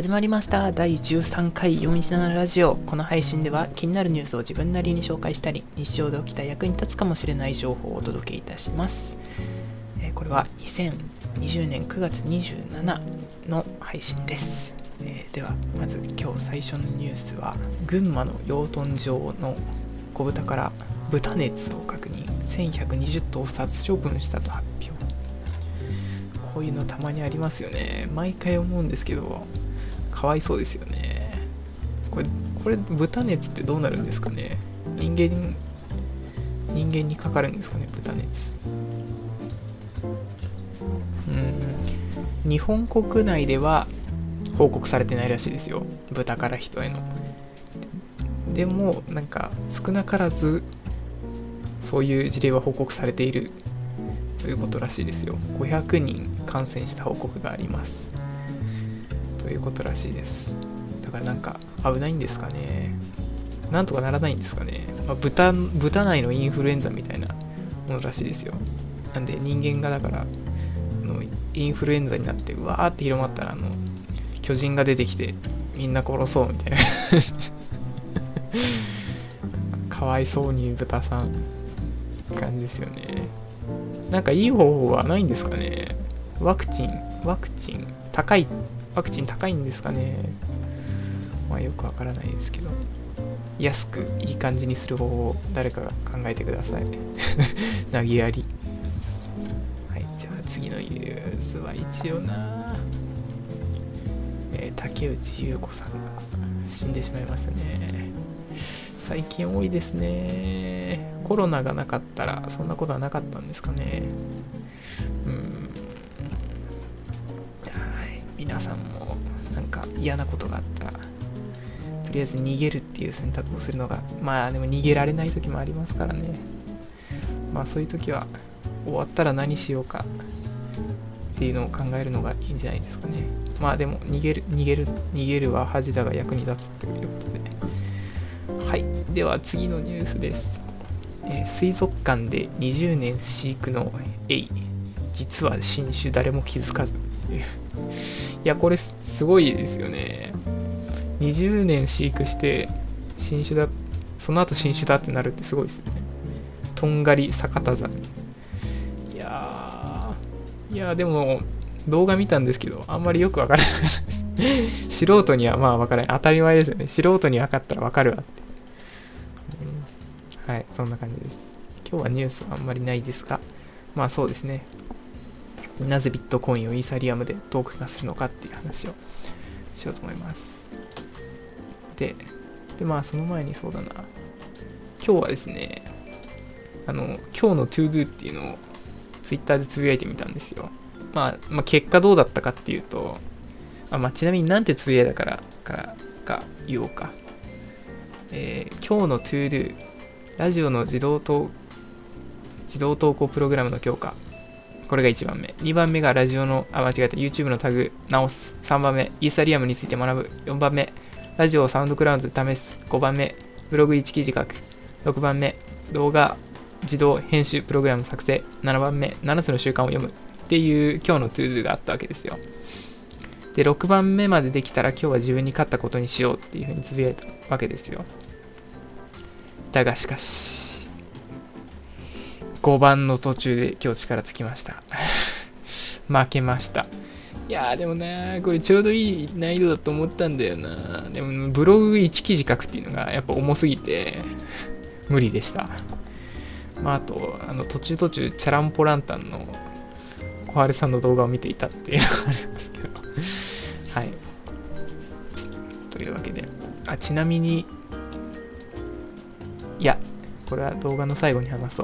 始まりました。第13回417ラジオ。この配信では気になるニュースを自分なりに紹介したり、日常で起きた役に立つかもしれない情報をお届けいたします。これは2020年9月27の配信です。ではまず今日最初のニュースは、群馬の養豚場の子豚から豚熱を確認、1120頭を殺処分したと発表。こういうのたまにありますよね。毎回思うんですけど、かわいそうですよね。これ豚熱ってどうなるんですかね。人間にかかるんですかね、豚熱。日本国内では報告されてないらしいですよ、豚から人への。でもなんか少なからずそういう事例は報告されているということらしいですよ。500人感染した報告がありますということらしいです。だからなんか危ないんですかね。なんとかならないんですかね。豚内のインフルエンザみたいなものらしいですよ。なんで人間がだからインフルエンザになってうわーって広まったら巨人が出てきてみんな殺そうみたいなかわいそうに豚さんって感じですよね。なんかいい方法はないんですかね。ワクチン高いんですかね。よくわからないですけど、安くいい感じにする方法を誰かが考えてください投げやり。はい、じゃあ次のニュースは一応竹内優子さんが死んでしまいましたね。最近多いですね。コロナがなかったらそんなことはなかったんですかね。皆さんもなんか嫌なことがあったらとりあえず逃げるっていう選択をするのが、でも逃げられない時もありますからね。そういう時は終わったら何しようかっていうのを考えるのがいいんじゃないですかね。でも逃げるは恥だが役に立つということで。はい、では次のニュースです。水族館で20年飼育のエイ、実は新種誰も気づかずいや、これすごいですよね。20年飼育して新種だ、その後新種だってなるってすごいですよね。とんがり逆田ザメ。いやでも動画見たんですけどあんまりよくわからなかったです素人にはわからない、当たり前ですよね。素人に分かったらわかるわって、はい、そんな感じです。今日はニュースはあんまりないですが、そうですね。なぜビットコインをイーサリアムでトークン化するのかっていう話をしようと思います。でその前にそうだな、今日はですね、今日の ToDo っていうのをツイッターでつぶやいてみたんですよ。結果どうだったかっていうと、ちなみになんてつぶやいたから言おうか。今日の ToDo、ラジオの自動投稿プログラムの強化。これが1番目。2番目がラジオの、YouTube のタグ直す。3番目、イーサリアムについて学ぶ。4番目、ラジオをサウンドクラウドで試す。5番目、ブログ1記事書く。6番目、動画自動編集プログラム作成。7番目、7つの習慣を読む。っていう今日の ToDo があったわけですよ。で、6番目までできたら今日は自分に勝ったことにしようっていうふうにつぶやいたわけですよ。だがしかし、5番の途中で今日力尽きました。負けました。いやーでもね、これちょうどいい難易度だと思ったんだよな。でもブログ1記事書くっていうのがやっぱ重すぎて無理でした。あと途中チャランポランタンの小春さんの動画を見ていたっていうのがありますけどはい。というわけで、ちなみにこれは動画の最後に話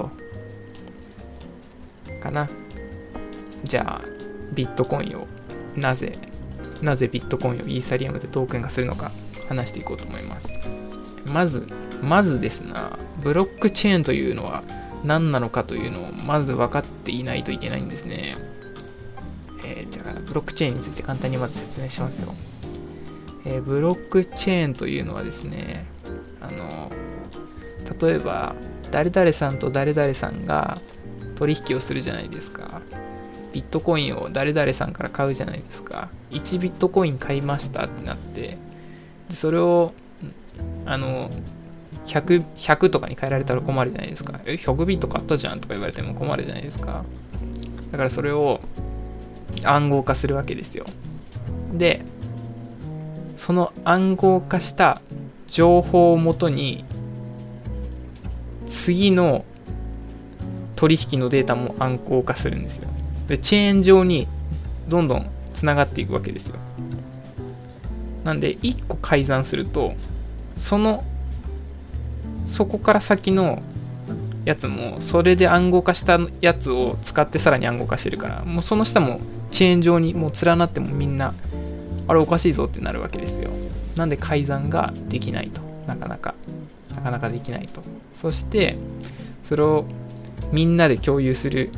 そうかな。じゃあビットコインをなぜビットコインをイーサリアムでトークン化するのか話していこうと思います。まずですな、ブロックチェーンというのは何なのかというのをまず分かっていないといけないんですね。じゃあブロックチェーンについて簡単にまず説明しますよ。ブロックチェーンというのはですね、例えば誰々さんと誰々さんが取引をするじゃないですか。 ビットコインを誰々さんから買うじゃないですか。1ビットコイン買いましたってなって、でそれを100とかに変えられたら困るじゃないですか。100ビット買ったじゃんとか言われても困るじゃないですか。だからそれを暗号化するわけですよ。で、その暗号化した情報をもとに次の取引のデータも暗号化するんですよ。で、チェーン上にどんどんつながっていくわけですよ。なんで1個改ざんするとそこから先のやつもそれで暗号化したやつを使ってさらに暗号化してるから、もうその下もチェーン上にもう連なってもみんなあれおかしいぞってなるわけですよ。なんで改ざんができないと、なかなかできないと。そしてそれをみんなで共有する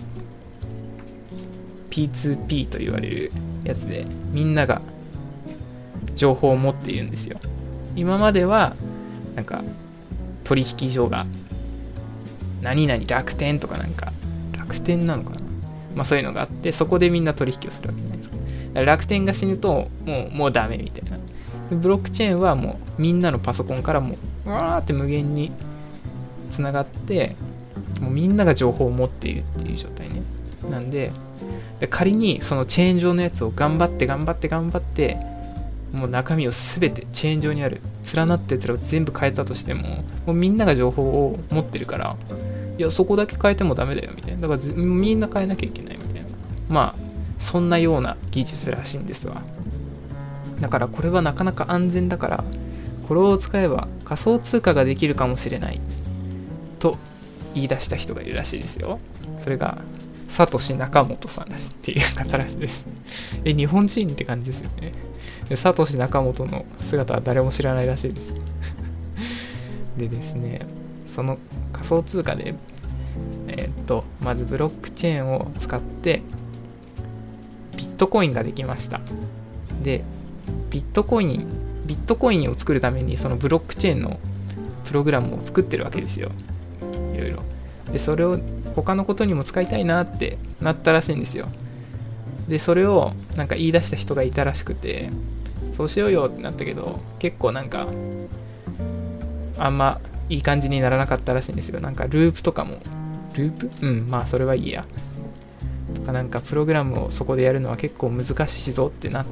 P2P と言われるやつでみんなが情報を持っているんですよ。今まではなんか取引所が何々楽天とか、なんか楽天なのかな、まあそういうのがあって、そこでみんな取引をするわけじゃないですか。だから楽天が死ぬともうダメみたいな。ブロックチェーンはもうみんなのパソコンからもうわーって無限につながって、もうみんなが情報を持っているっていう状態ね。なんで仮にそのチェーン上のやつを頑張ってもう中身を全てチェーン上にある連なったやつらを全部変えたとしても、もうみんなが情報を持ってるから、いやそこだけ変えてもダメだよみたいな。だからみんな変えなきゃいけないみたいな、まあそんなような技術らしいんですわ。だからこれはなかなか安全だから、これを使えば仮想通貨ができるかもしれないと言い出した人がいるらしいですよ。それがサトシ・ナカモトさんらしいっていう方らしいです。日本人って感じですよね。サトシ・ナカモトの姿は誰も知らないらしいです。でですね、その仮想通貨でまずブロックチェーンを使ってビットコインができました。でビットコインを作るためにそのブロックチェーンのプログラムを作ってるわけですよ。いろいろ。でそれを他のことにも使いたいなってなったらしいんですよ。でそれをなんか言い出した人がいたらしくて、そうしようよってなったけど、結構なんかあんまいい感じにならなかったらしいんですよ。なんかループとかもまあそれはいいやとか、なんかプログラムをそこでやるのは結構難しいぞってなって、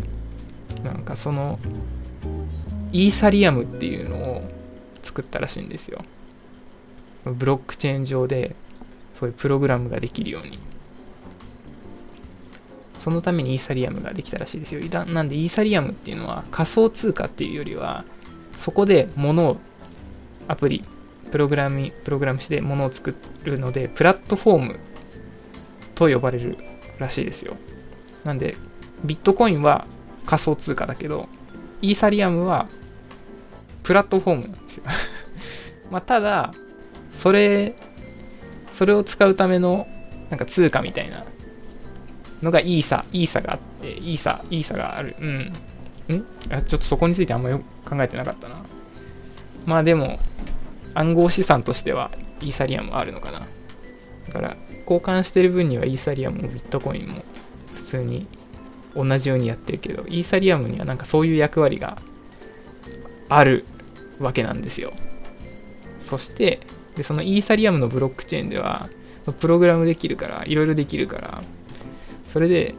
なんかそのイーサリアムっていうのを作ったらしいんですよ。ブロックチェーン上でそういうプログラムができるように、そのためにイーサリアムができたらしいですよ。なんでイーサリアムっていうのは仮想通貨っていうよりは、そこで物をプログラムして物を作るので、プラットフォームと呼ばれるらしいですよ。なんでビットコインは仮想通貨だけど、イーサリアムはプラットフォームなんですよ。まあただそれを使うためのなんか通貨みたいなのがイーサがあって、イーサがある。ちょっとそこについてあんまよく考えてなかったな。まあでも暗号資産としてはイーサリアムあるのかな。だから交換してる分にはイーサリアムもビットコインも普通に同じようにやってるけど、イーサリアムにはなんかそういう役割があるわけなんですよ。そしてそのイーサリアムのブロックチェーンではプログラムできるから、いろいろできるから、それで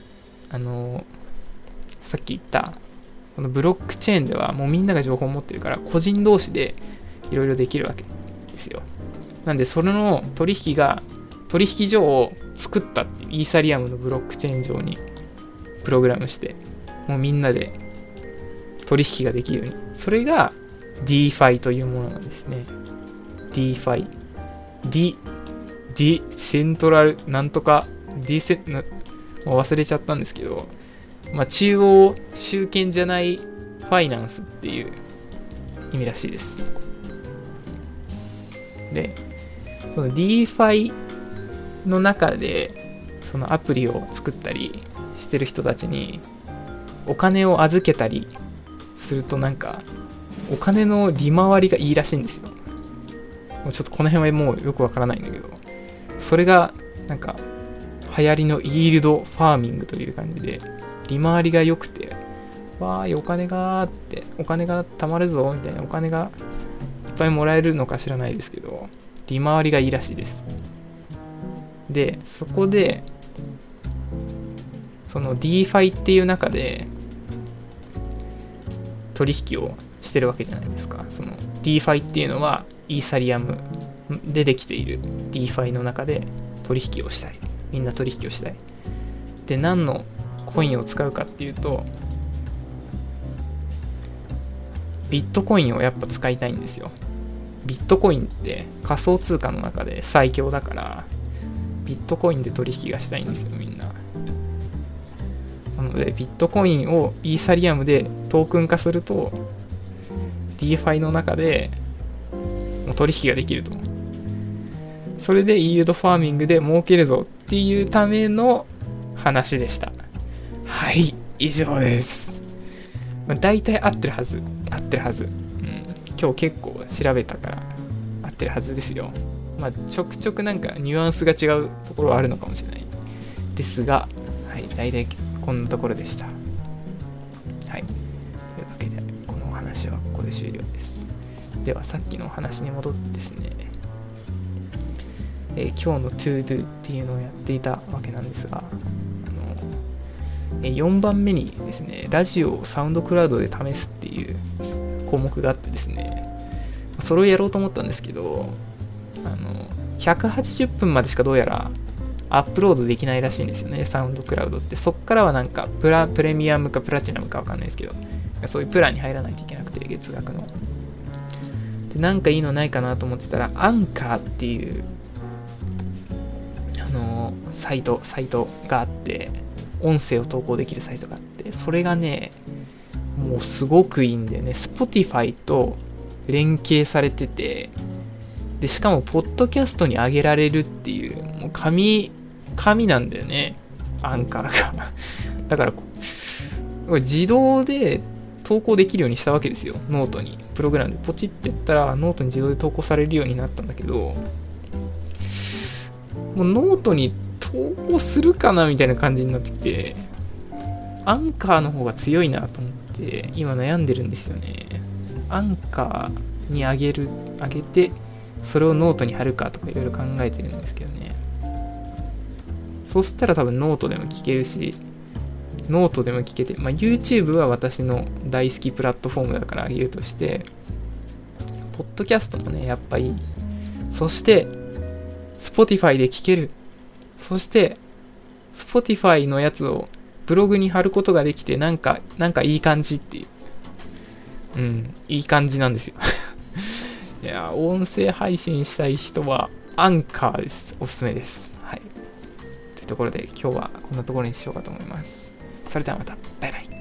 さっき言ったこのブロックチェーンではもうみんなが情報を持ってるから、個人同士でいろいろできるわけですよ。なんでそれの取引所を作ったっていう、イーサリアムのブロックチェーン上にプログラムして、もうみんなで取引ができるように、それが DeFi というものなんですね。DeFi ディセントラルなんとか忘れちゃったんですけど、まあ中央集権じゃないファイナンスっていう意味らしいです。でその DeFi の中でそのアプリを作ったりしてる人たちにお金を預けたりすると、なんかお金の利回りがいいらしいんですよ。もうちょっとこの辺はもうよくわからないんだけど、それがなんか流行りのイールドファーミングという感じで、利回りが良くて、わーい、お金が貯まるぞ、みたいな、お金がいっぱいもらえるのか知らないですけど、利回りがいいらしいです。で、そこで、その DeFi っていう中で、取引をしてるわけじゃないですか。その DeFi っていうのは、イーサリアムでできている DeFi の中で取引をしたい。みんな取引をしたい。で、何のコインを使うかっていうと、ビットコインをやっぱ使いたいんですよ。ビットコインって仮想通貨の中で最強だから、ビットコインで取引がしたいんですよ、みんな。なので、ビットコインをイーサリアムでトークン化すると、DeFi の中でもう取引ができると。それでイールドファーミングで儲けるぞっていうための話でした。はい、以上です。大体合ってるはず。今日結構調べたから合ってるはずですよ。ちょくちょくなんかニュアンスが違うところはあるのかもしれないですが、はい、大体こんなところでした。はい。というわけで、このお話はここで終了です。では、さっきのお話に戻ってですね、今日の To Do っていうのをやっていたわけなんですが、4番目にですね、ラジオをサウンドクラウドで試すっていう項目があってですね、それをやろうと思ったんですけど、180分までしかどうやらアップロードできないらしいんですよね、サウンドクラウドって。そっからはなんかプレミアムかプラチナムかわかんないですけど、そういうプランに入らないといけなくて、月額の。で、なんかいいのないかなと思ってたら、アンカーっていうサイトがあって、音声を投稿できるサイトがあって、それがね、もうすごくいいんだよね。Spotify と連携されてて、で、しかも、ポッドキャストに上げられるっていう、もう神なんだよね。アンカーが。だから、これ自動で投稿できるようにしたわけですよ。ノートに。プログラムでポチってやったら、ノートに自動で投稿されるようになったんだけど、もうノートに投稿するかなみたいな感じになってきて、アンカーの方が強いなと思って、今悩んでるんですよね。アンカーに上げて、それをノートに貼るかとかいろいろ考えてるんですけどね。そうしたら多分ノートでも聞けるし、ノートでも聞けて、YouTube は私の大好きプラットフォームだから上げるとして、ポッドキャストもね、やっぱいい。そして、Spotify で聞ける。そして、Spotify のやつをブログに貼ることができて、なんかいい感じっていう。いい感じなんですよ。いや、音声配信したい人は、アンカーです。おすすめです。はい。というところで、今日はこんなところにしようかと思います。それではまた。バイバイ。